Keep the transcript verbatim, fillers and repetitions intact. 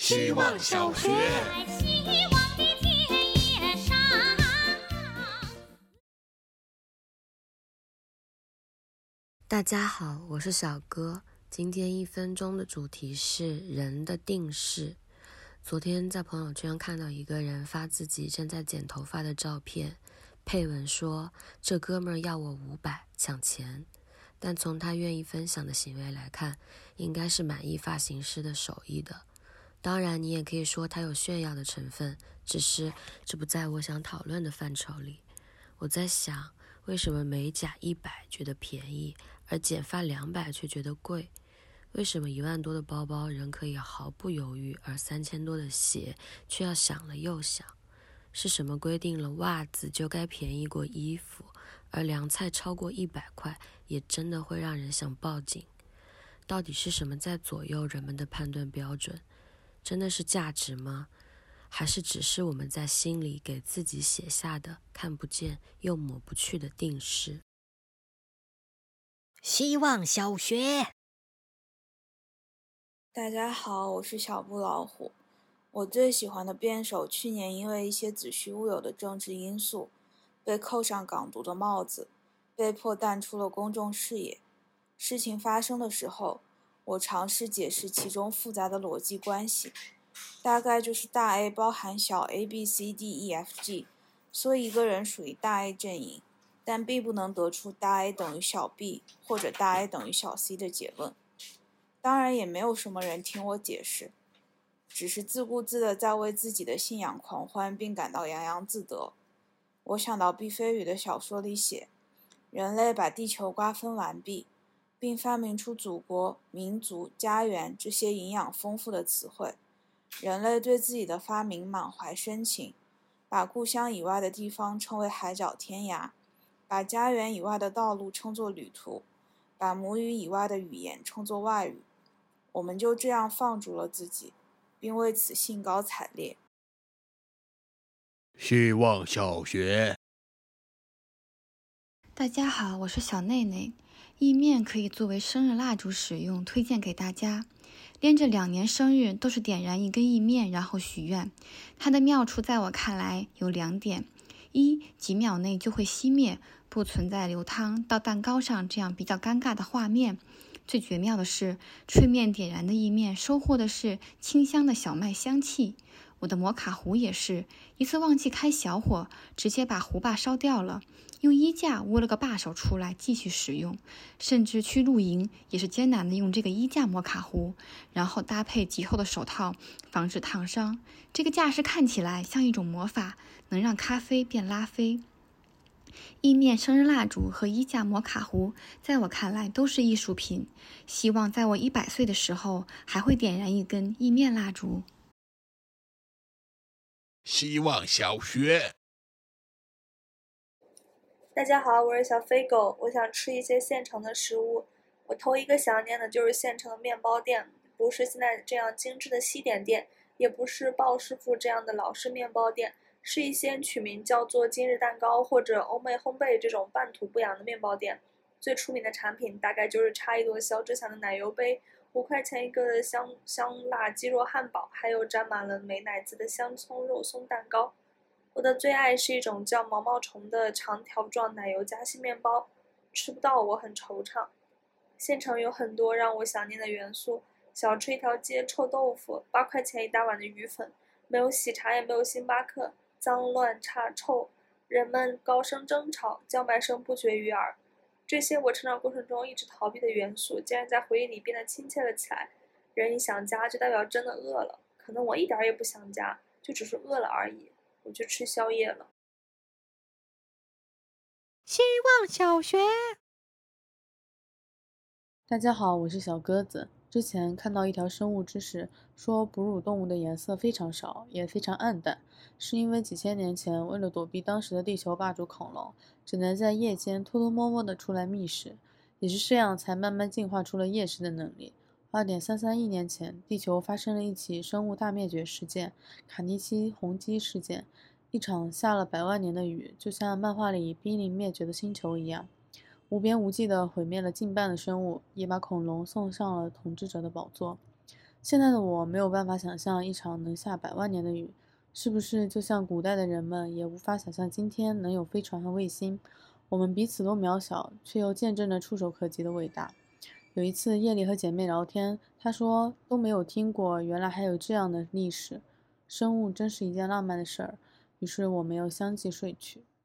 希望小学。 大家好，我是小哥。今天一分钟的主题是人的定式。昨天在朋友圈看到一个人发自己正在剪头发的照片，配文说这哥们儿要我五百抢钱，但从他愿意分享的行为来看，应该是满意发型师的手艺的。当然你也可以说他有炫耀的成分，只是这不在我想讨论的范畴里。我在想，为什么美甲一百觉得便宜，而剪发两百却觉得贵？为什么一万多的包包人可以毫不犹豫，而三千多的鞋却要想了又想？是什么规定了袜子就该便宜过衣服，而凉菜超过一百块也真的会让人想报警？到底是什么在左右人们的判断标准？真的是价值吗？还是只是我们在心里给自己写下的看不见又抹不去的定式？ 希望小学。 大家好，我是小布老虎。我最喜欢的辩手去年因为一些子虚乌有的政治因素，被扣上港独的帽子，被迫淡出了公众视野。事情发生的时候，我尝试解释其中复杂的逻辑关系，大概就是大 A 包含小 A、B、C、D、E、F、G， 所以一个人属于大 A 阵营，但并不能得出大 A 等于小 B 或者大 A 等于小 C 的结论。当然也没有什么人听我解释，只是自顾自地在为自己的信仰狂欢并感到洋洋自得。我想到毕飞宇的小说里写，人类把地球瓜分完毕，并发明出祖国、民族、家园这些营养丰富的词汇。人类对自己的发明满怀深情，把故乡以外的地方称为海角天涯，把家园以外的道路称作旅途，把母语以外的语言称作外语。我们就这样放逐了自己，并为此兴高采烈。 希望小学。 大家好，我是小内内。意面可以作为生日蜡烛使用，推荐给大家。连着两年生日都是点燃一根意面，然后许愿。它的妙处在我看来有两点：一，几秒内就会熄灭，不存在流汤到蛋糕上这样比较尴尬的画面。最绝妙的是，吹面点燃的意面收获的是清香的小麦香气。我的摩卡壶也是，一次忘记开小火，直接把壶把烧掉了，用衣架窝了个把手出来继续使用。甚至去露营也是艰难的用这个衣架摩卡壶，然后搭配极厚的手套防止烫伤。这个架势看起来像一种魔法，能让咖啡变拉菲。意面生日蜡烛和衣架摩卡壶在我看来都是艺术品，希望在我一百岁的时候还会点燃一根意面蜡烛。 希望小学。 大家好，我是小飞狗，我想吃一些现成的食物。我头一个想念的就是现成的面包店，不是现在这样精致的西点店，也不是鲍师傅这样的老式面包店，是一些取名叫做今日蛋糕或者欧妹烘焙这种半土不洋的面包店。最出名的产品大概就是插一朵小指响的奶油杯，五块钱一个的香香辣鸡肉汉堡，还有沾满了美乃滋的香葱肉松蛋糕。我的最爱是一种叫毛毛虫的长条状奶油夹心面包，吃不到我很惆怅。县城有很多让我想念的元素，小吃一条街臭豆腐，八块钱一大碗的鱼粉，没有喜茶也没有星巴克，脏乱差臭，人们高声争吵，叫卖声不绝于耳。这些我成长过程中一直逃避的元素，竟然在回忆里变得亲切了起来。人一想家就代表真的饿了，可能我一点也不想家，就只是饿了而已，我去吃宵夜了。 希望小学。 大家好，我是小鸽子。之前看到一条生物知识，说哺乳动物的颜色非常少，也非常暗淡，是因为几千年前为了躲避当时的地球霸主恐龙，只能在夜间偷偷摸摸地出来觅食，也是这样才慢慢进化出了夜视的能力。二点三三亿年前，地球发生了一起生物大灭绝事件——卡尼基洪基事件，一场下了百万年的雨，就像漫画里濒临灭绝的星球一样。无边无际地毁灭了近半的生物，也把恐龙送上了统治者的宝座。 现在的我没有办法想象一场能下百万年的雨，是不是就像古代的人们也无法想象今天能有飞船和卫星？我们彼此都渺小，却又见证着触手可及的伟大。有一次夜里和姐妹聊天，她说都没有听过，原来还有这样的历史。生物真是一件浪漫的事儿，于是我们又相继睡去。